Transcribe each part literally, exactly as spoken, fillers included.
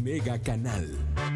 Mega Canal.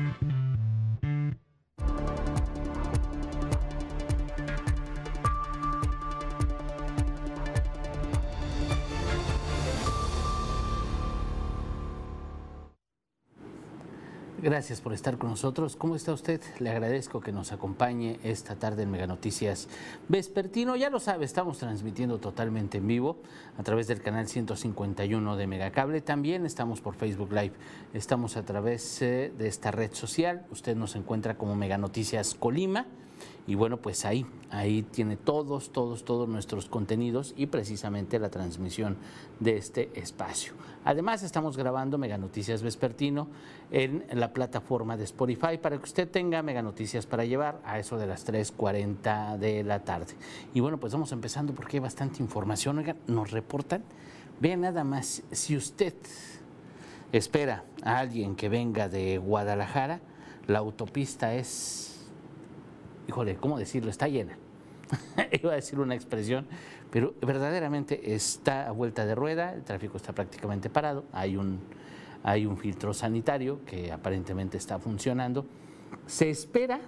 Gracias por estar con nosotros. ¿Cómo está usted? Le agradezco que nos acompañe esta tarde en Mega Noticias Vespertino. Ya lo sabe, estamos transmitiendo totalmente en vivo a través del canal ciento cincuenta y uno de Megacable. También estamos por Facebook Live. Estamos a través de esta red social. Usted nos encuentra como Mega Noticias Colima. Y bueno, pues ahí, ahí tiene todos, todos, todos nuestros contenidos y precisamente la transmisión de este espacio. Además, estamos grabando Mega Noticias Vespertino en la plataforma de Spotify para que usted tenga Mega Noticias para llevar a eso de las tres cuarenta de la tarde. Y bueno, pues vamos empezando porque hay bastante información. Oigan, nos reportan. Vean nada más, si usted espera a alguien que venga de Guadalajara, la autopista es... Híjole, ¿cómo decirlo? Está llena. Iba a decir una expresión, pero verdaderamente está a vuelta de rueda, el tráfico está prácticamente parado, hay un, hay un filtro sanitario que aparentemente está funcionando. Se espera,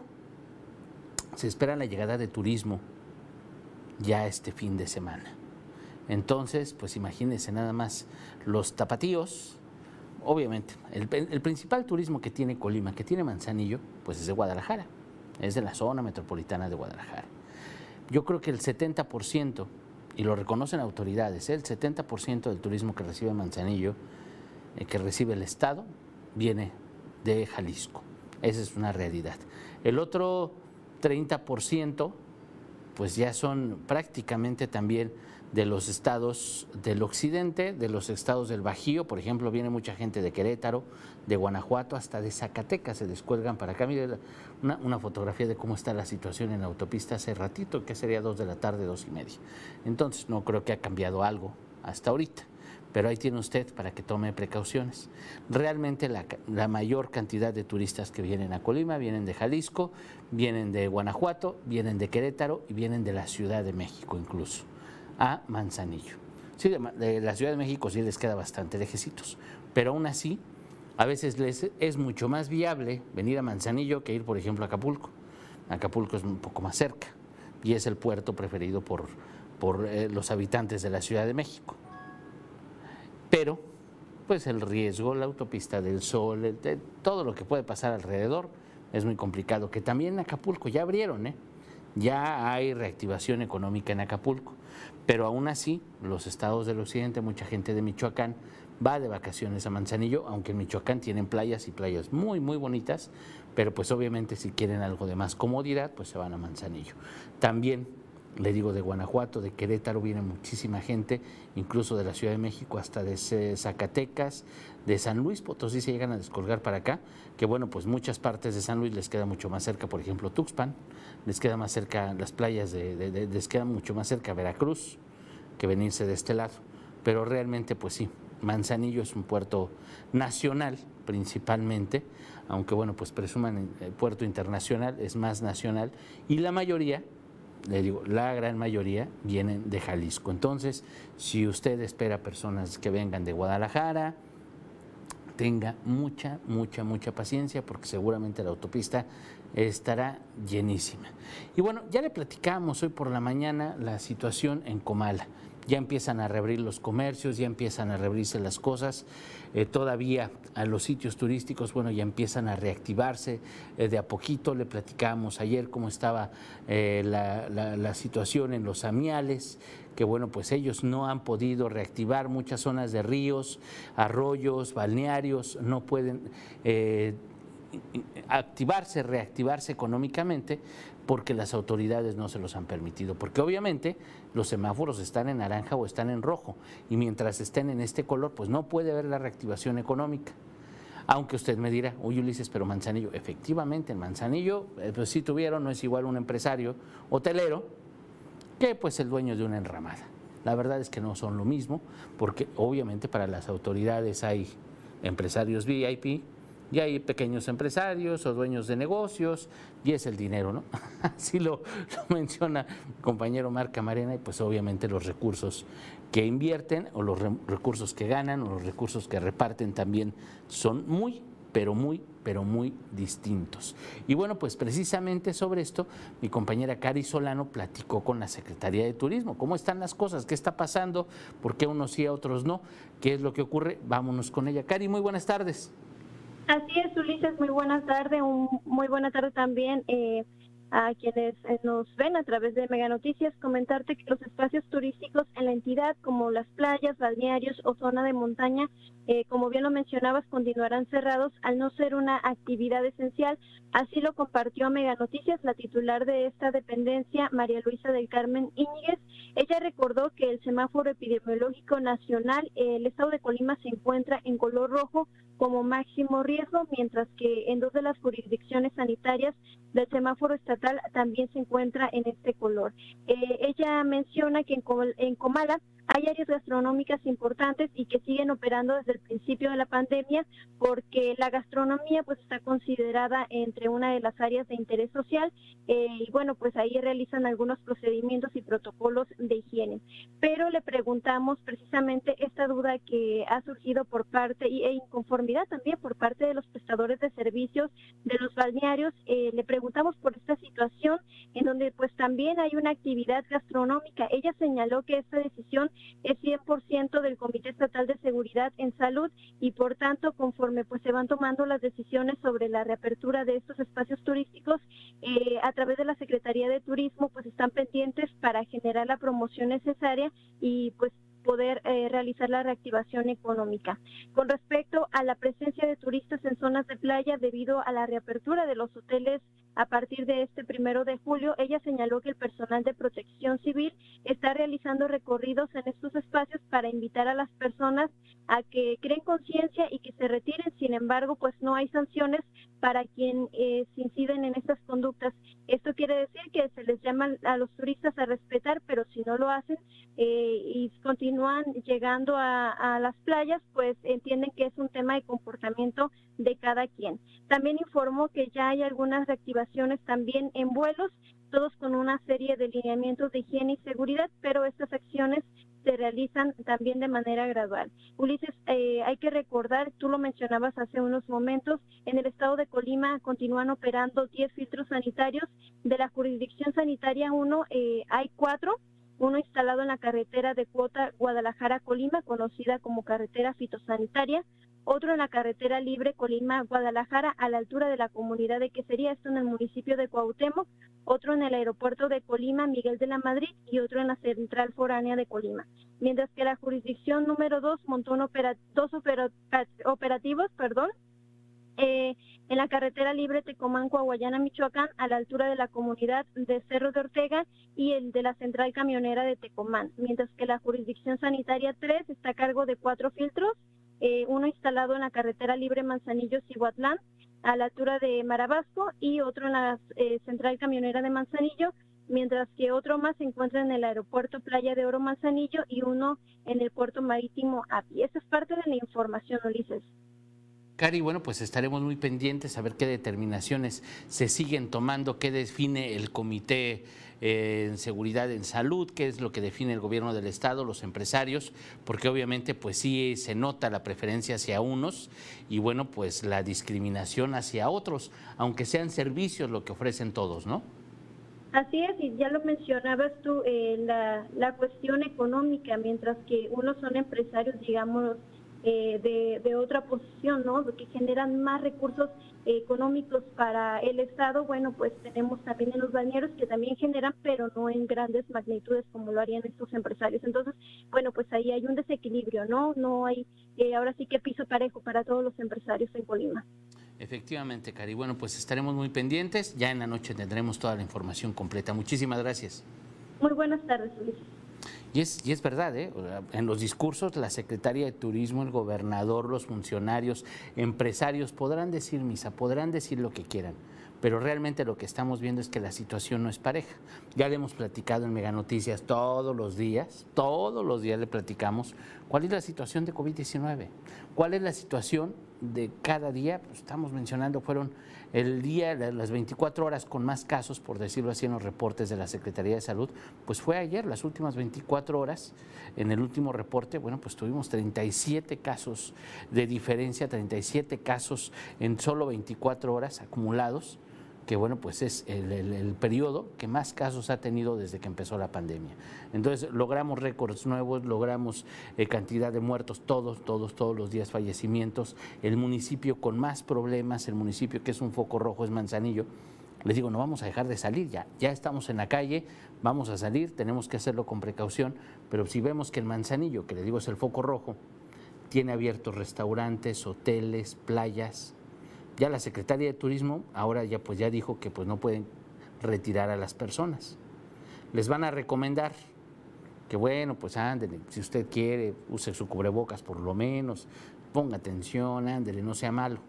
se espera la llegada de turismo ya este fin de semana. Entonces, pues imagínense nada más los tapatíos. Obviamente, el, el principal turismo que tiene Colima, que tiene Manzanillo, pues es de Guadalajara. Es de la zona metropolitana de Guadalajara. Yo creo que el setenta por ciento, y lo reconocen autoridades, ¿eh? el setenta por ciento del turismo que recibe Manzanillo, eh, que recibe el Estado, viene de Jalisco. Esa es una realidad. El otro treinta por ciento, pues ya son prácticamente también de los estados del occidente, de los estados del Bajío. Por ejemplo, viene mucha gente de Querétaro, de Guanajuato, hasta de Zacatecas se descuelgan para acá. Mire una, una fotografía de cómo está la situación en la autopista hace ratito, que sería dos de la tarde, dos y media. Entonces no creo que ha cambiado algo hasta ahorita, pero ahí tiene usted para que tome precauciones. Realmente la, la mayor cantidad de turistas que vienen a Colima vienen de Jalisco, vienen de Guanajuato, vienen de Querétaro y vienen de la Ciudad de México incluso, a Manzanillo. Sí, de, de la Ciudad de México sí les queda bastante lejecitos, pero aún así a veces les es mucho más viable venir a Manzanillo que ir, por ejemplo, a Acapulco. Acapulco es un poco más cerca y es el puerto preferido por, por eh, los habitantes de la Ciudad de México. Pero, pues el riesgo, la autopista del Sol, el, el, todo lo que puede pasar alrededor es muy complicado. Que también en Acapulco ya abrieron, ¿eh? Ya hay reactivación económica en Acapulco, pero aún así los estados del occidente, mucha gente de Michoacán va de vacaciones a Manzanillo, aunque en Michoacán tienen playas y playas muy muy bonitas, pero pues obviamente si quieren algo de más comodidad, pues se van a Manzanillo. También le digo, de Guanajuato, de Querétaro viene muchísima gente, incluso de la Ciudad de México, hasta de Zacatecas, de San Luis Potosí se llegan a descolgar para acá, que bueno, pues muchas partes de San Luis les queda mucho más cerca, por ejemplo Tuxpan, les queda más cerca las playas, de, de, de, les queda mucho más cerca Veracruz que venirse de este lado, pero realmente pues sí, Manzanillo es un puerto nacional principalmente, aunque bueno, pues presuman el puerto internacional, es más nacional, y la mayoría, le digo, la gran mayoría vienen de Jalisco. Entonces, si usted espera personas que vengan de Guadalajara, tenga mucha, mucha, mucha paciencia porque seguramente la autopista estará llenísima. Y bueno, ya le platicamos hoy por la mañana la situación en Comala. Ya empiezan a reabrir los comercios, ya empiezan a reabrirse las cosas, eh, todavía a los sitios turísticos, bueno, ya empiezan a reactivarse eh, de a poquito. Le platicábamos ayer cómo estaba eh, la, la, la situación en los amiales, que bueno, pues ellos no han podido reactivar muchas zonas de ríos, arroyos, balnearios, no pueden eh, activarse, reactivarse económicamente, porque las autoridades no se los han permitido, porque obviamente los semáforos están en naranja o están en rojo, y mientras estén en este color, pues no puede haber la reactivación económica. Aunque usted me dirá, uy Ulises, pero Manzanillo, efectivamente en Manzanillo, eh, pues si tuvieron, no es igual un empresario hotelero que pues el dueño de una enramada. La verdad es que no son lo mismo, porque obviamente para las autoridades hay empresarios V I P, y hay pequeños empresarios o dueños de negocios, y es el dinero, ¿no? Así lo, lo menciona el compañero Marc Camarena, y pues obviamente los recursos que invierten o los re, recursos que ganan o los recursos que reparten también son muy, pero muy, pero muy distintos. Y bueno, pues precisamente sobre esto, mi compañera Cari Solano platicó con la Secretaría de Turismo. ¿Cómo están las cosas? ¿Qué está pasando? ¿Por qué unos sí, a otros no? ¿Qué es lo que ocurre? Vámonos con ella. Cari, muy buenas tardes. Así es, Ulises, muy buenas tardes, un, muy buena tarde también eh, a quienes eh, nos ven a través de Mega Noticias. Comentarte que los espacios turísticos en la entidad, como las playas, balnearios o zona de montaña, eh, como bien lo mencionabas, continuarán cerrados al no ser una actividad esencial. Así lo compartió Mega Noticias la titular de esta dependencia, María Luisa del Carmen Íñiguez. Ella recordó que el semáforo epidemiológico nacional, eh, el estado de Colima se encuentra en color rojo como máximo riesgo, mientras que en dos de las jurisdicciones sanitarias del semáforo estatal también se encuentra en este color. Eh, ella menciona que en, en Comala hay áreas gastronómicas importantes y que siguen operando desde el principio de la pandemia, porque la gastronomía pues está considerada entre una de las áreas de interés social eh, y bueno, pues ahí realizan algunos procedimientos y protocolos de higiene. Pero le preguntamos precisamente esta duda que ha surgido por parte y, e inconformidad también por parte de los prestadores de servicios de los balnearios. Eh, le preguntamos por esta situación en donde pues también hay una actividad gastronómica. Ella señaló que esta decisión es cien por ciento del Comité Estatal de Seguridad en Salud y por tanto conforme pues se van tomando las decisiones sobre la reapertura de estos espacios turísticos eh, a través de la Secretaría de Turismo pues están pendientes para generar la promoción necesaria y pues poder eh, realizar la reactivación económica. Con respecto a la presencia de turistas en zonas de playa debido a la reapertura de los hoteles a partir de este primero de julio, ella señaló que el personal de Protección Civil está realizando recorridos en estos espacios para invitar a las personas a que creen conciencia y que se retiren. Sin embargo, pues no hay sanciones para quien eh, se inciden en estas conductas. Esto quiere decir que se les llama a los turistas a respetar, pero si no lo hacen eh, y continúan llegando a, a las playas, pues entienden que es un tema de comportamiento de cada quien. También informó que ya hay algunas reactivaciones también en vuelos, todos con una serie de lineamientos de higiene y seguridad, pero estas acciones se realizan también de manera gradual. Ulises, eh, hay que recordar, tú lo mencionabas hace unos momentos, en el estado de Colima continúan operando diez filtros sanitarios. De la jurisdicción sanitaria uno, eh, hay cuatro, uno instalado en la carretera de cuota Guadalajara-Colima, conocida como carretera fitosanitaria, otro en la carretera libre Colima-Guadalajara, a la altura de la comunidad de Quesería, esto en el municipio de Cuauhtémoc, otro en el aeropuerto de Colima, Miguel de la Madrid, y otro en la central foránea de Colima. Mientras que la jurisdicción número dos montó un opera, dos opera, operativos, perdón, eh, en la carretera libre Tecomán-Coahuayana, Michoacán, a la altura de la comunidad de Cerro de Ortega y el de la central camionera de Tecomán. Mientras que la jurisdicción sanitaria tres está a cargo de cuatro filtros, eh, uno instalado en la carretera libre Manzanillo-Cihuatlán, a la altura de Marabasco, y otro en la eh, central camionera de Manzanillo, mientras que otro más se encuentra en el aeropuerto Playa de Oro Manzanillo y uno en el puerto marítimo Api. Esa es parte de la información, Ulises. Cari, bueno, pues estaremos muy pendientes a ver qué determinaciones se siguen tomando, qué define el Comité eh, en Seguridad en Salud, qué es lo que define el gobierno del Estado, los empresarios, porque obviamente pues sí se nota la preferencia hacia unos y bueno, pues la discriminación hacia otros, aunque sean servicios lo que ofrecen todos, ¿no? Así es, y ya lo mencionabas tú, eh, la, la cuestión económica, mientras que unos son empresarios, digamos, Eh, de, de otra posición, ¿no? Que generan más recursos eh, económicos para el Estado. Bueno, pues tenemos también en los balnearios que también generan, pero no en grandes magnitudes como lo harían estos empresarios. Entonces, bueno, pues ahí hay un desequilibrio, ¿no? No hay, eh, ahora sí que piso parejo para todos los empresarios en Colima. Efectivamente, Cari. Bueno, pues estaremos muy pendientes. Ya en la noche tendremos toda la información completa. Muchísimas gracias. Muy buenas tardes, Luis. Y es, y es verdad, ¿eh? En los discursos la Secretaría de Turismo, el gobernador, los funcionarios, empresarios podrán decir misa, podrán decir lo que quieran, pero realmente lo que estamos viendo es que la situación no es pareja. Ya le hemos platicado en Mega Noticias todos los días, todos los días le platicamos cuál es la situación de COVID diecinueve, cuál es la situación de cada día, pues, estamos mencionando, fueron el día, las veinticuatro horas con más casos, por decirlo así, en los reportes de la Secretaría de Salud, pues fue ayer, las últimas veinticuatro horas, en el último reporte, bueno, pues tuvimos treinta y siete casos de diferencia, treinta y siete casos en solo veinticuatro horas acumulados, que bueno, pues es el, el, el periodo que más casos ha tenido desde que empezó la pandemia. Entonces logramos récords nuevos, logramos eh, cantidad de muertos, todos, todos, todos los días fallecimientos. El municipio con más problemas, el municipio que es un foco rojo es Manzanillo. Les digo, no vamos a dejar de salir ya, ya estamos en la calle, vamos a salir, tenemos que hacerlo con precaución, pero si vemos que el Manzanillo, que les digo es el foco rojo, tiene abiertos restaurantes, hoteles, playas. Ya la Secretaría de Turismo ahora ya pues ya dijo que pues no pueden retirar a las personas. Les van a recomendar que bueno, pues ándele, si usted quiere, use su cubrebocas por lo menos, ponga atención, ándele, no sea malo.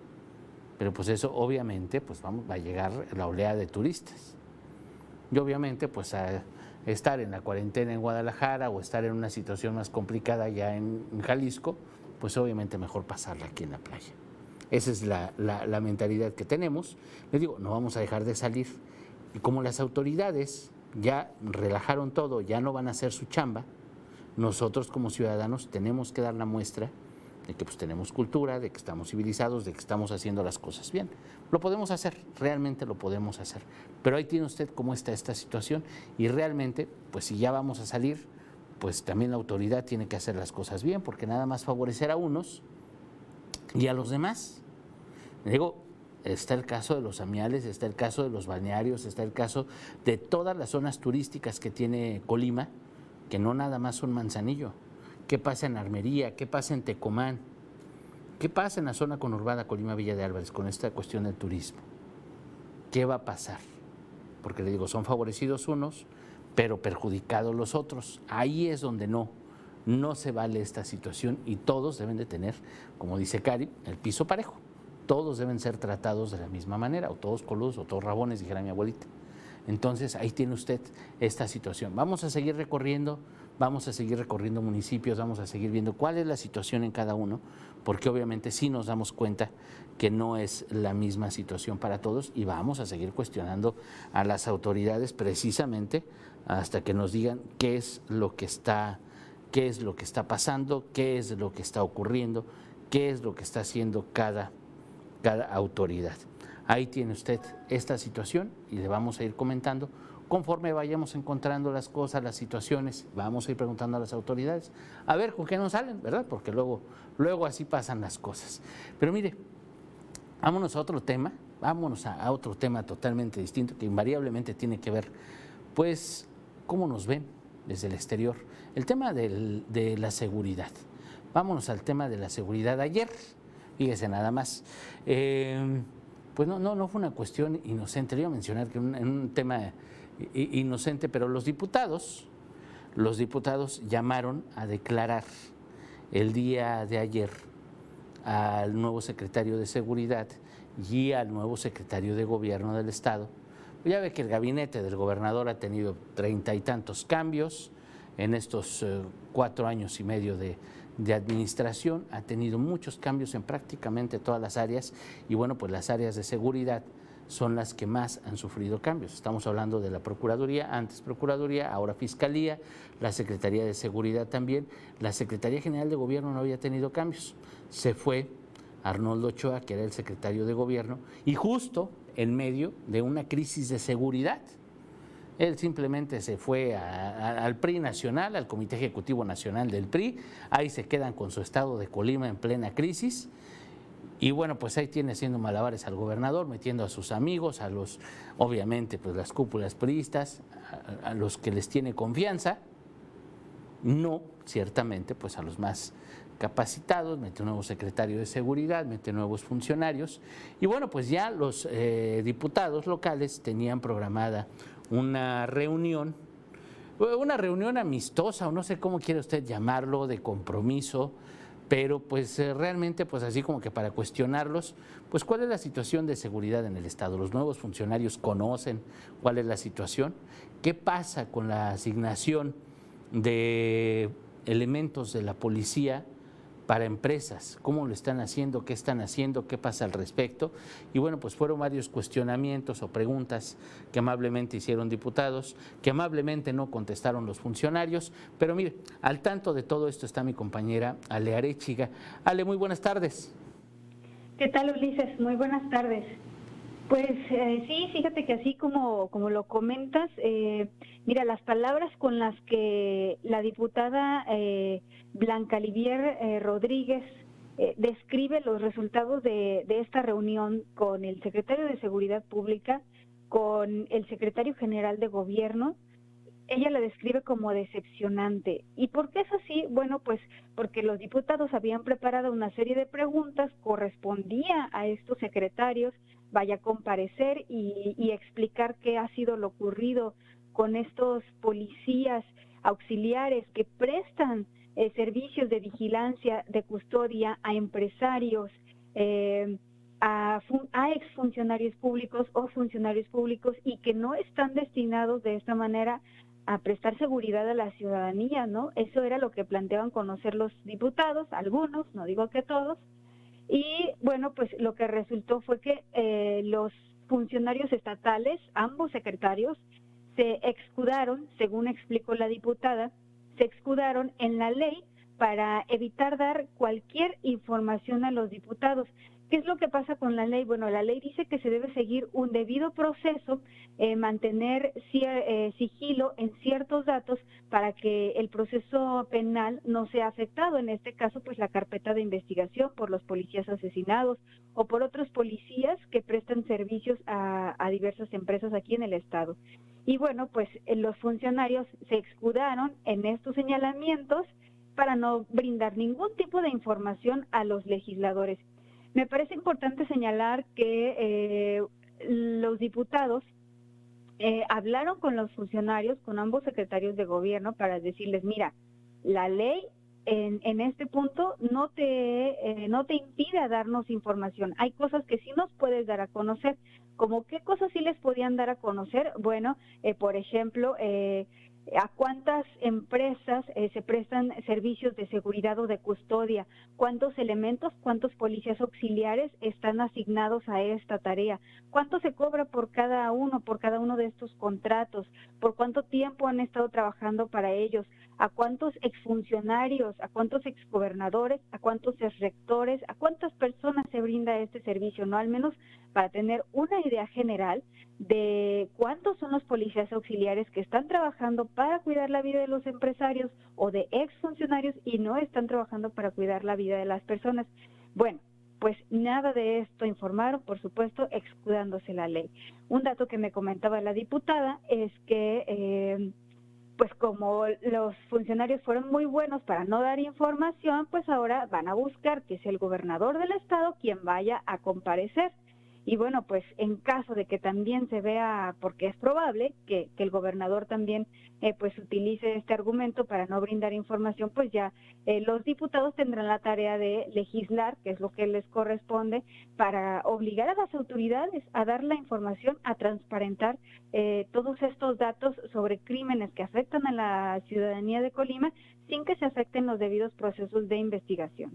Pero pues eso obviamente pues vamos, va a llegar la oleada de turistas. Y obviamente pues a estar en la cuarentena en Guadalajara o estar en una situación más complicada ya en, en Jalisco, pues obviamente mejor pasarla aquí en la playa. Esa es la, la, la mentalidad que tenemos. Les digo, no vamos a dejar de salir. Y como las autoridades ya relajaron todo, ya no van a hacer su chamba, nosotros como ciudadanos tenemos que dar la muestra de que pues tenemos cultura, de que estamos civilizados, de que estamos haciendo las cosas bien. Lo podemos hacer, realmente lo podemos hacer. Pero ahí tiene usted cómo está esta situación y realmente, pues si ya vamos a salir, pues también la autoridad tiene que hacer las cosas bien, porque nada más favorecer a unos y a los demás. Digo, está el caso de los amiales, está el caso de los balnearios, está el caso de todas las zonas turísticas que tiene Colima, que no nada más son Manzanillo. ¿Qué pasa en Armería? ¿Qué pasa en Tecomán? ¿Qué pasa en la zona conurbada Colima-Villa de Álvarez con esta cuestión del turismo? ¿Qué va a pasar? Porque le digo, son favorecidos unos, pero perjudicados los otros. Ahí es donde no, no se vale esta situación y todos deben de tener, como dice Cari, el piso parejo. Todos deben ser tratados de la misma manera, o todos coludos, o todos rabones, dijera mi abuelita. Entonces, ahí tiene usted esta situación. Vamos a seguir recorriendo, vamos a seguir recorriendo municipios, vamos a seguir viendo cuál es la situación en cada uno, porque obviamente sí nos damos cuenta que no es la misma situación para todos y vamos a seguir cuestionando a las autoridades precisamente hasta que nos digan qué es lo que está, qué es lo que está pasando, qué es lo que está ocurriendo, qué es lo que está haciendo cada cada autoridad. Ahí tiene usted esta situación y le vamos a ir comentando conforme vayamos encontrando las cosas, las situaciones, vamos a ir preguntando a las autoridades a ver con qué nos salen, ¿verdad? Porque luego, luego así pasan las cosas. Pero mire, vámonos a otro tema, vámonos a, a otro tema totalmente distinto que invariablemente tiene que ver, pues, cómo nos ven desde el exterior. El tema del, de la seguridad. Vámonos al tema de la seguridad. Ayer, fíjese nada más, eh, pues no, no, no fue una cuestión inocente, le iba a mencionar que en un, un tema inocente, pero los diputados, los diputados llamaron a declarar el día de ayer al nuevo secretario de Seguridad y al nuevo secretario de Gobierno del Estado. Ya ve que el gabinete del gobernador ha tenido treinta y tantos cambios en estos eh, cuatro años y medio de de administración, ha tenido muchos cambios en prácticamente todas las áreas y bueno, pues las áreas de seguridad son las que más han sufrido cambios. Estamos hablando de la Procuraduría, antes Procuraduría, ahora Fiscalía, la Secretaría de Seguridad también. La Secretaría General de Gobierno no había tenido cambios. Se fue Arnoldo Ochoa, que era el secretario de Gobierno, y justo en medio de una crisis de seguridad. Él simplemente se fue a, a, al P R I Nacional, al Comité Ejecutivo Nacional del P R I, ahí se quedan con su estado de Colima en plena crisis y bueno, pues ahí tiene haciendo malabares al gobernador, metiendo a sus amigos, a los, obviamente, pues las cúpulas priistas, a, a los que les tiene confianza, no, ciertamente, pues a los más capacitados, mete un nuevo secretario de Seguridad, mete nuevos funcionarios y bueno, pues ya los eh, diputados locales tenían programada una reunión, una reunión amistosa o no sé cómo quiere usted llamarlo, de compromiso, pero pues eh, realmente pues así como que para cuestionarlos, pues cuál es la situación de seguridad en el Estado. Los nuevos funcionarios conocen cuál es la situación, qué pasa con la asignación de elementos de la policía para empresas, cómo lo están haciendo, qué están haciendo, qué pasa al respecto. Y bueno, pues fueron varios cuestionamientos o preguntas que amablemente hicieron diputados, que amablemente no contestaron los funcionarios. Pero mire, al tanto de todo esto está mi compañera Ale Arechiga. Ale, muy buenas tardes. ¿Qué tal, Ulises? Muy buenas tardes. Pues eh, sí, fíjate que así como, como lo comentas, eh, mira, las palabras con las que la diputada eh, Blanca Livier eh, Rodríguez eh, describe los resultados de, de esta reunión con el secretario de Seguridad Pública, con el secretario general de Gobierno, ella la describe como decepcionante. ¿Y por qué es así? Bueno, pues porque los diputados habían preparado una serie de preguntas, correspondía a estos secretarios, vaya a comparecer y, y explicar qué ha sido lo ocurrido con estos policías auxiliares que prestan eh, servicios de vigilancia, de custodia a empresarios, eh, a, a exfuncionarios públicos o funcionarios públicos y que no están destinados de esta manera a prestar seguridad a la ciudadanía, ¿no? Eso era lo que planteaban conocer los diputados, algunos, no digo que todos, y bueno, pues lo que resultó fue que eh, los funcionarios estatales, ambos secretarios, se escudaron, según explicó la diputada, se escudaron en la ley para evitar dar cualquier información a los diputados. ¿Qué es lo que pasa con la ley? Bueno, la ley dice que se debe seguir un debido proceso, eh, mantener eh, sigilo en ciertos datos para que el proceso penal no sea afectado. En este caso, pues la carpeta de investigación por los policías asesinados o por otros policías que prestan servicios a, a diversas empresas aquí en el estado. Y bueno, pues los funcionarios se escudaron en estos señalamientos para no brindar ningún tipo de información a los legisladores. Me parece importante señalar que eh, los diputados eh, hablaron con los funcionarios, con ambos secretarios de gobierno, para decirles, mira, la ley en, en este punto no te, eh, no te impide darnos información. Hay cosas que sí nos puedes dar a conocer. ¿Cómo qué cosas sí les podían dar a conocer? Bueno, eh, por ejemplo, eh, a cuántas empresas eh, se prestan servicios de seguridad o de custodia, cuántos elementos, cuántos policías auxiliares están asignados a esta tarea, cuánto se cobra por cada uno, por cada uno de estos contratos, por cuánto tiempo han estado trabajando para ellos, a cuántos exfuncionarios, a cuántos exgobernadores, a cuántos exrectores, a cuántas personas se brinda este servicio, ¿no? Al menos para tener una idea general de cuántos son los policías auxiliares que están trabajando para cuidar la vida de los empresarios o de exfuncionarios y no están trabajando para cuidar la vida de las personas. Bueno, pues nada de esto informaron, por supuesto, escudándose la ley. Un dato que me comentaba la diputada es que, eh, pues como los funcionarios fueron muy buenos para no dar información, pues ahora van a buscar que sea el gobernador del estado quien vaya a comparecer. Y bueno, pues en caso de que también se vea, porque es probable que, que el gobernador también eh, pues utilice este argumento para no brindar información, pues ya eh, los diputados tendrán la tarea de legislar, que es lo que les corresponde, para obligar a las autoridades a dar la información, a transparentar eh, todos estos datos sobre crímenes que afectan a la ciudadanía de Colima sin que se afecten los debidos procesos de investigación.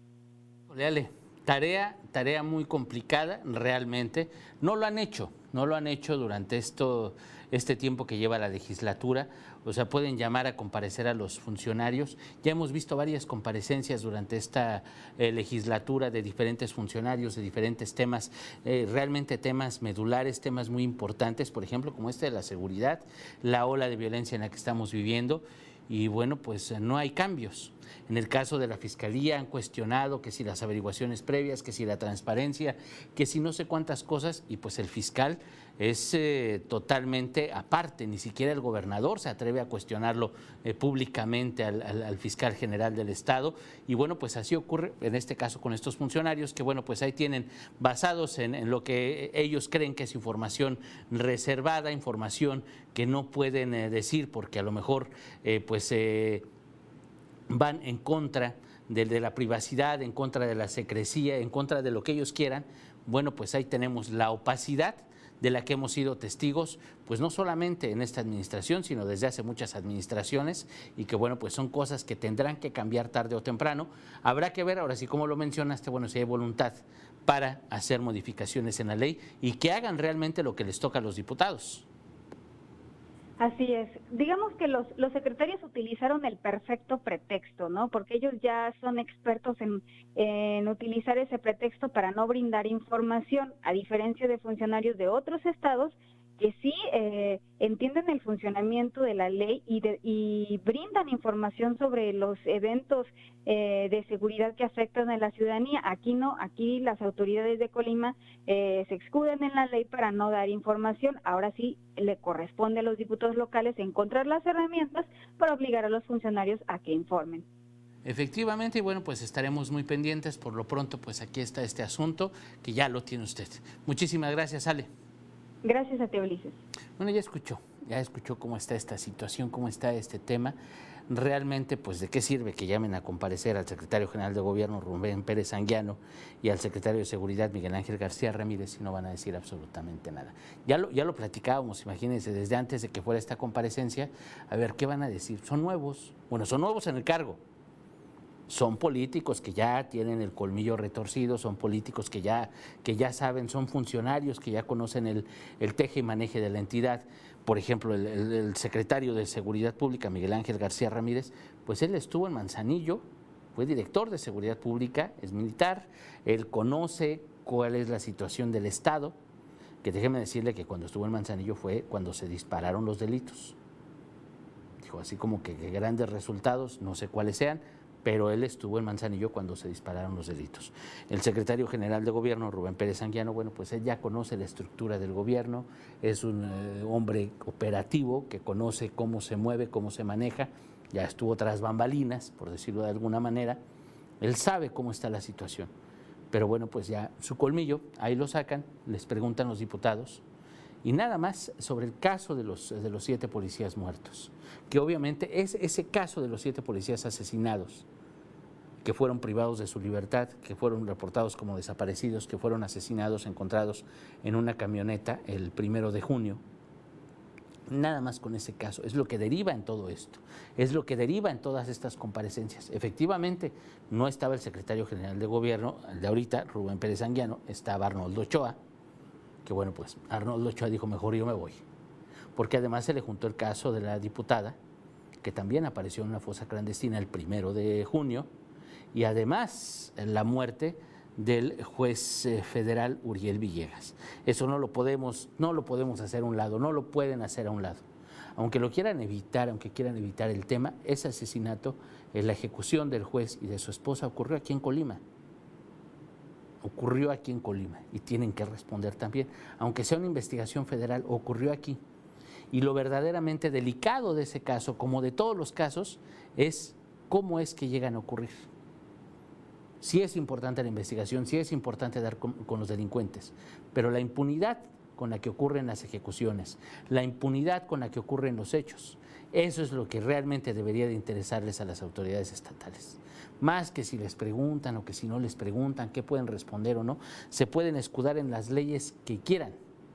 Dale. Tarea, tarea muy complicada, realmente. No lo han hecho, no lo han hecho durante esto, este tiempo que lleva la legislatura. O sea, pueden llamar a comparecer a los funcionarios. Ya hemos visto varias comparecencias durante esta eh, legislatura de diferentes funcionarios, de diferentes temas, eh, realmente temas medulares, temas muy importantes, por ejemplo, como este de la seguridad, la ola de violencia en la que estamos viviendo. Y bueno, pues no hay cambios. En el caso de la Fiscalía han cuestionado que si las averiguaciones previas, que si la transparencia, que si no sé cuántas cosas, y pues el fiscal es eh, totalmente aparte, ni siquiera el gobernador se atreve a cuestionarlo eh, públicamente al, al, al fiscal general del Estado. Y bueno, pues así ocurre en este caso con estos funcionarios, que bueno, pues ahí tienen, basados en, en lo que ellos creen que es información reservada, información que no pueden eh, decir porque a lo mejor eh, pues eh, van en contra de, de la privacidad, en contra de la secrecía, en contra de lo que ellos quieran. Bueno, pues ahí tenemos la opacidad de la que hemos sido testigos, pues no solamente en esta administración, sino desde hace muchas administraciones, y que bueno, pues son cosas que tendrán que cambiar tarde o temprano. Habrá que ver, ahora sí, como lo mencionaste, bueno, si hay voluntad para hacer modificaciones en la ley y que hagan realmente lo que les toca a los diputados. Así es. Digamos que los, los secretarios utilizaron el perfecto pretexto, ¿no? Porque ellos ya son expertos en, en utilizar ese pretexto para no brindar información, a diferencia de funcionarios de otros estados que sí eh, entienden el funcionamiento de la ley y, de, y brindan información sobre los eventos eh, de seguridad que afectan a la ciudadanía. Aquí no, aquí las autoridades de Colima eh, se escudan en la ley para no dar información. Ahora sí le corresponde a los diputados locales encontrar las herramientas para obligar a los funcionarios a que informen. Efectivamente, y bueno, pues estaremos muy pendientes. Por lo pronto, pues aquí está este asunto que ya lo tiene usted. Muchísimas gracias, Ale. Gracias a ti, Ulises. Bueno, ya escuchó, ya escuchó cómo está esta situación, cómo está este tema. Realmente, pues, ¿de qué sirve que llamen a comparecer al secretario general de Gobierno, Rubén Pérez Anguiano, y al secretario de Seguridad, Miguel Ángel García Ramírez, si no van a decir absolutamente nada? Ya lo, ya lo platicábamos, imagínense, desde antes de que fuera esta comparecencia, a ver, ¿qué van a decir? Son nuevos, bueno, son nuevos en el cargo. Son políticos que ya tienen el colmillo retorcido, son políticos que ya, que ya saben, son funcionarios que ya conocen el, el teje y maneje de la entidad. Por ejemplo, el, el, el secretario de Seguridad Pública, Miguel Ángel García Ramírez, pues él estuvo en Manzanillo, fue director de Seguridad Pública, es militar, él conoce cuál es la situación del Estado, que déjeme decirle que cuando estuvo en Manzanillo fue cuando se dispararon los delitos. Dijo, así como que, que grandes resultados, no sé cuáles sean, pero él estuvo en Manzanillo cuando se dispararon los delitos. El secretario general de Gobierno, Rubén Pérez Anguiano, bueno, pues él ya conoce la estructura del gobierno, es un eh, hombre operativo que conoce cómo se mueve, cómo se maneja, ya estuvo tras bambalinas, por decirlo de alguna manera, él sabe cómo está la situación. Pero bueno, pues ya su colmillo, ahí lo sacan, les preguntan los diputados, y nada más sobre el caso de los, de los siete policías muertos, que obviamente es ese caso de los siete policías asesinados, que fueron privados de su libertad, que fueron reportados como desaparecidos, que fueron asesinados, encontrados en una camioneta el primero de junio. Nada más con ese caso, es lo que deriva en todo esto, es lo que deriva en todas estas comparecencias. Efectivamente, no estaba el secretario general de Gobierno, el de ahorita, Rubén Pérez Anguiano, estaba Arnoldo Ochoa, que bueno, pues Arnoldo Ochoa dijo, mejor yo me voy, porque además se le juntó el caso de la diputada, que también apareció en una fosa clandestina el primero de junio, y además la muerte del juez federal Uriel Villegas. Eso no lo podemos, no lo podemos hacer a un lado, no lo pueden hacer a un lado. Aunque lo quieran evitar, aunque quieran evitar el tema, ese asesinato, la ejecución del juez y de su esposa ocurrió aquí en Colima. Ocurrió aquí en Colima y tienen que responder también. Aunque sea una investigación federal, ocurrió aquí. Y lo verdaderamente delicado de ese caso, como de todos los casos, es cómo es que llegan a ocurrir. Sí es importante la investigación, sí es importante dar con, con los delincuentes, pero la impunidad con la que ocurren las ejecuciones, la impunidad con la que ocurren los hechos, eso es lo que realmente debería de interesarles a las autoridades estatales. Más que si les preguntan o que si no les preguntan, qué pueden responder o no, se pueden escudar en las leyes que quieran,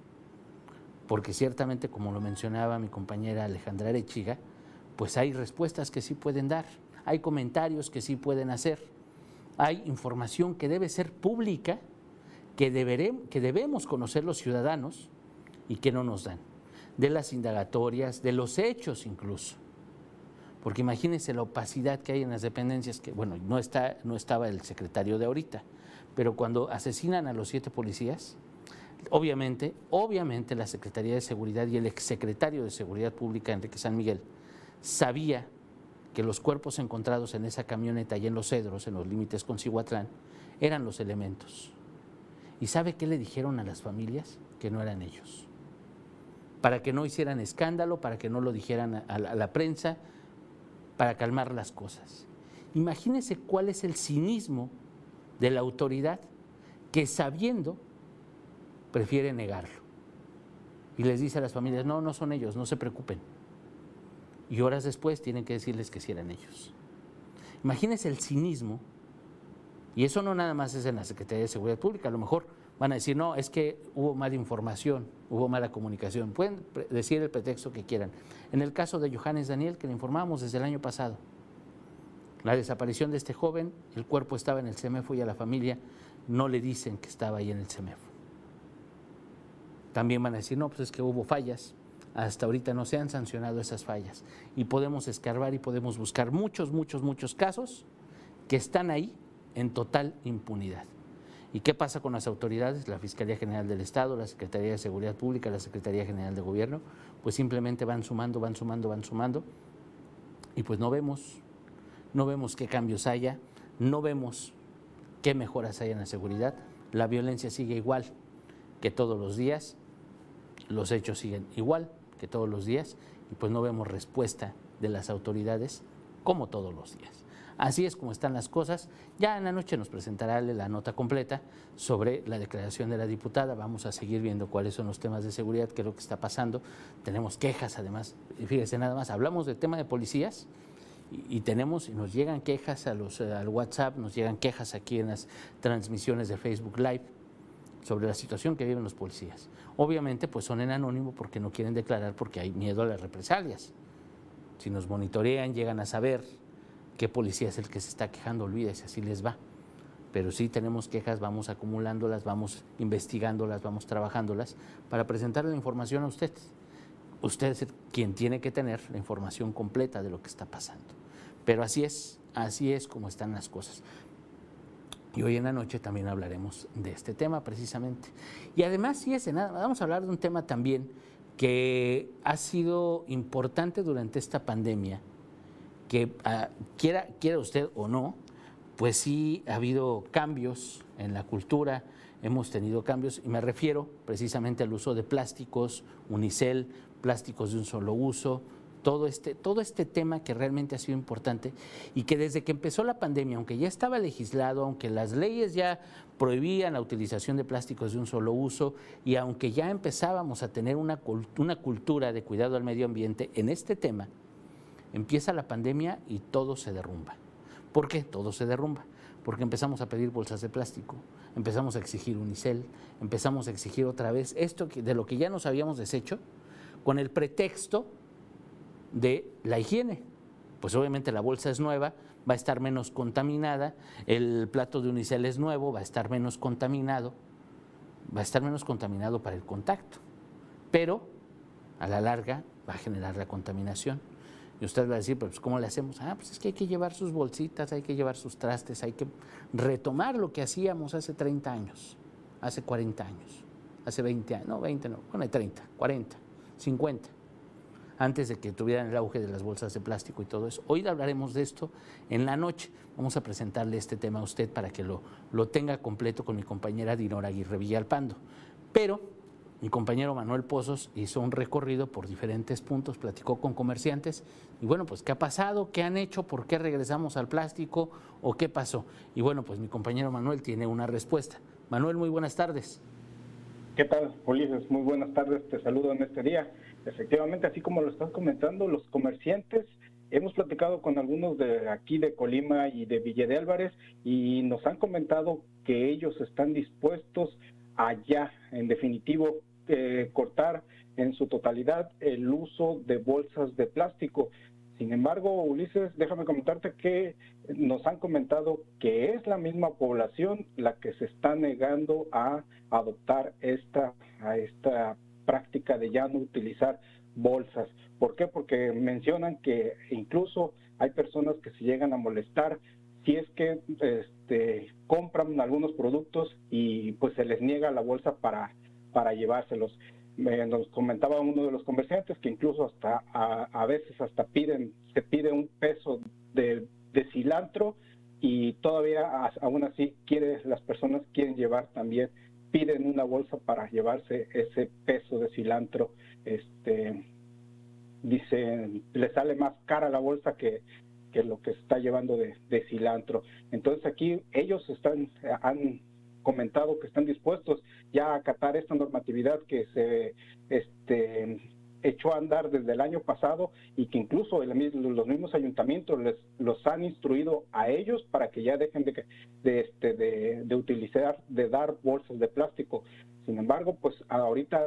porque ciertamente, como lo mencionaba mi compañera Alejandra Arechiga, pues hay respuestas que sí pueden dar, hay comentarios que sí pueden hacer. Hay información que debe ser pública, que, deberé, que debemos conocer los ciudadanos y que no nos dan, de las indagatorias, de los hechos incluso. Porque imagínense la opacidad que hay en las dependencias, que bueno, no, está, no estaba el secretario de ahorita, pero cuando asesinan a los siete policías, obviamente, obviamente la Secretaría de Seguridad y el exsecretario de Seguridad Pública, Enrique San Miguel, sabía que los cuerpos encontrados en esa camioneta y en Los Cedros, en los límites con Cihuatlán, eran los elementos. ¿Y sabe qué le dijeron a las familias? Que no eran ellos. Para que no hicieran escándalo, para que no lo dijeran a la, a la prensa, para calmar las cosas. Imagínense cuál es el cinismo de la autoridad que, sabiendo, prefiere negarlo. Y les dice a las familias, no, no son ellos, no se preocupen. Y horas después tienen que decirles que sí eran ellos. Imagínense el cinismo Y eso no nada más es en la Secretaría de Seguridad Pública, a lo mejor van a decir, no, es que hubo mala información, hubo mala comunicación, pueden decir el pretexto que quieran. En el caso de Johannes Daniel, que le informamos desde el año pasado, la desaparición de este joven, el cuerpo estaba en el CEMEFO y a la familia no le dicen que estaba ahí en el CEMEFO. También van a decir, no, pues es que hubo fallas, hasta ahorita no se han sancionado esas fallas y podemos escarbar y podemos buscar muchos, muchos, muchos casos que están ahí en total impunidad. ¿Y qué pasa con las autoridades? La Fiscalía General del Estado, la Secretaría de Seguridad Pública, la Secretaría General de Gobierno, pues simplemente van sumando, van sumando, van sumando y pues no vemos, no vemos qué cambios haya, no vemos qué mejoras hay en la seguridad, la violencia sigue igual que todos los días, los hechos siguen igual que todos los días y pues no vemos respuesta de las autoridades como todos los días. Así es como están las cosas. Ya en la noche nos presentará la nota completa sobre la declaración de la diputada. Vamos a seguir viendo cuáles son los temas de seguridad, qué es lo que está pasando. Tenemos quejas además, fíjese nada más, hablamos del tema de policías y, y tenemos, y nos llegan quejas a los, al WhatsApp, nos llegan quejas aquí en las transmisiones de Facebook Live sobre la situación que viven los policías. Obviamente pues son en anónimo porque no quieren declarar porque hay miedo a las represalias. Si nos monitorean, llegan a saber qué policía es el que se está quejando, olvídese, así les va. Pero sí tenemos quejas, vamos acumulándolas, vamos investigándolas, vamos trabajándolas para presentarle la información a usted. Usted es quien tiene que tener la información completa de lo que está pasando. Pero así es, así es como están las cosas. Y hoy en la noche también hablaremos de este tema precisamente. Y además, sí, ese, nada, vamos a hablar de un tema también que ha sido importante durante esta pandemia, que uh, quiera, quiera usted o no, pues sí ha habido cambios en la cultura, hemos tenido cambios, y me refiero precisamente al uso de plásticos, unicel, plásticos de un solo uso, todo este, todo este tema que realmente ha sido importante y que desde que empezó la pandemia, aunque ya estaba legislado, aunque las leyes ya prohibían la utilización de plásticos de un solo uso y aunque ya empezábamos a tener una, una cultura de cuidado al medio ambiente en este tema, empieza la pandemia y todo se derrumba. ¿Por qué todo se derrumba? Porque empezamos a pedir bolsas de plástico, empezamos a exigir unicel, empezamos a exigir otra vez esto de lo que ya nos habíamos deshecho con el pretexto de la higiene. Pues obviamente la bolsa es nueva, va a estar menos contaminada, el plato de unicel es nuevo, va a estar menos contaminado, va a estar menos contaminado para el contacto, pero a la larga va a generar la contaminación. Y usted va a decir, pues ¿cómo le hacemos? Ah, pues es que hay que llevar sus bolsitas, hay que llevar sus trastes, hay que retomar lo que hacíamos hace treinta años, hace cuarenta años, hace veinte años, no, veinte no, bueno, treinta, cuarenta, cincuenta, antes de que tuvieran el auge de las bolsas de plástico y todo eso. Hoy hablaremos de esto en la noche. Vamos a presentarle este tema a usted para que lo, lo tenga completo con mi compañera Dinora Aguirre Villalpando. Pero mi compañero Manuel Pozos hizo un recorrido por diferentes puntos, platicó con comerciantes y bueno, pues ¿qué ha pasado? ¿Qué han hecho? ¿Por qué regresamos al plástico? ¿O qué pasó? Y bueno, pues mi compañero Manuel tiene una respuesta. Manuel, muy buenas tardes. ¿Qué tal, Ulises? Muy buenas tardes, te saludo en este día. Efectivamente, así como lo estás comentando, los comerciantes, hemos platicado con algunos de aquí de Colima y de Villa de Álvarez y nos han comentado que ellos están dispuestos a ya, en definitivo, eh, cortar en su totalidad el uso de bolsas de plástico. Sin embargo, Ulises, déjame comentarte que nos han comentado que es la misma población la que se está negando a adoptar esta, a esta práctica de ya no utilizar bolsas. ¿Por qué? Porque mencionan que incluso hay personas que se llegan a molestar si es que este, compran algunos productos y pues se les niega la bolsa para, para llevárselos. Eh, nos comentaba uno de los comerciantes que incluso hasta a, a veces hasta piden, se pide un peso de, de cilantro y todavía aún así quiere, las personas quieren llevar también, piden una bolsa para llevarse ese peso de cilantro. Este, dicen, le sale más cara la bolsa que, que lo que se está llevando de, de cilantro. Entonces aquí ellos están, han comentado que están dispuestos ya a acatar esta normatividad que se este echó a andar desde el año pasado y que incluso el, los mismos ayuntamientos les, los han instruido a ellos para que ya dejen de, de, este, de, de utilizar, de dar bolsas de plástico. Sin embargo, pues ahorita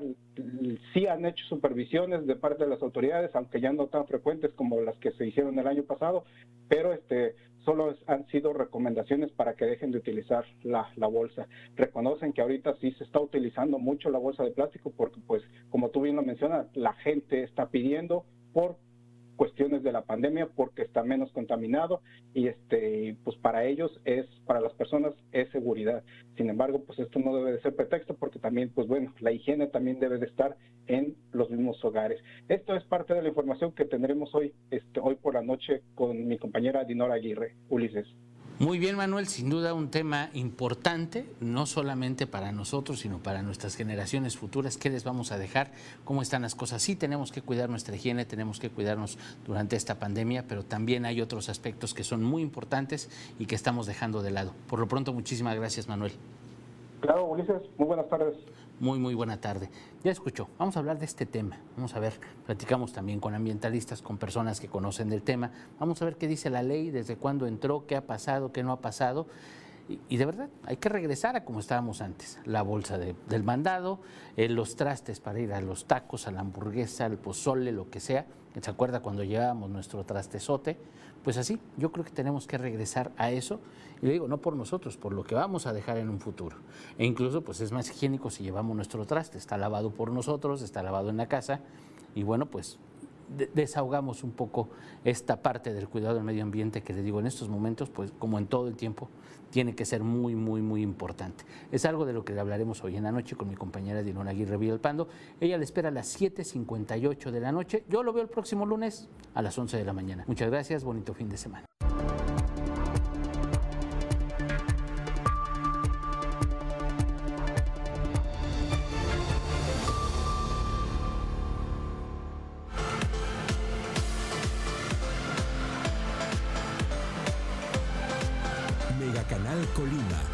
sí han hecho supervisiones de parte de las autoridades, aunque ya no tan frecuentes como las que se hicieron el año pasado, pero este solo han sido recomendaciones para que dejen de utilizar la, la bolsa. Reconocen que ahorita sí se está utilizando mucho la bolsa de plástico porque, pues, como tú bien lo mencionas, la gente está pidiendo por cuestiones de la pandemia porque está menos contaminado y este pues para ellos es para las personas es seguridad. Sin embargo, pues esto no debe de ser pretexto porque también pues bueno, la higiene también debe de estar en los mismos hogares. Esto es parte de la información que tendremos hoy este hoy por la noche con mi compañera Dinora Aguirre. Ulises. Muy bien, Manuel, sin duda un tema importante, no solamente para nosotros, sino para nuestras generaciones futuras. ¿Qué les vamos a dejar? ¿Cómo están las cosas? Sí, tenemos que cuidar nuestra higiene, tenemos que cuidarnos durante esta pandemia, pero también hay otros aspectos que son muy importantes y que estamos dejando de lado. Por lo pronto, muchísimas gracias, Manuel. Claro, Ulises, muy buenas tardes. Muy, muy buena tarde. Ya escuchó, vamos a hablar de este tema. Vamos a ver, platicamos también con ambientalistas, con personas que conocen del tema. Vamos a ver qué dice la ley, desde cuándo entró, qué ha pasado, qué no ha pasado. Y, y de verdad, hay que regresar a como estábamos antes. La bolsa de, del mandado, eh, los trastes para ir a los tacos, a la hamburguesa, al pozole, lo que sea. ¿Se acuerda cuando llevábamos nuestro trastezote? Pues así, yo creo que tenemos que regresar a eso. Y le digo, no por nosotros, por lo que vamos a dejar en un futuro. E incluso pues es más higiénico si llevamos nuestro traste. Está lavado por nosotros, está lavado en la casa. Y bueno, pues de desahogamos un poco esta parte del cuidado del medio ambiente que le digo en estos momentos, pues como en todo el tiempo, tiene que ser muy, muy, muy importante. Es algo de lo que le hablaremos hoy en la noche con mi compañera Dinora Aguirre Villalpando. Ella le espera a las siete cincuenta y ocho de la noche. Yo lo veo el próximo lunes a las once de la mañana. Muchas gracias, bonito fin de semana. Megacanal Colima.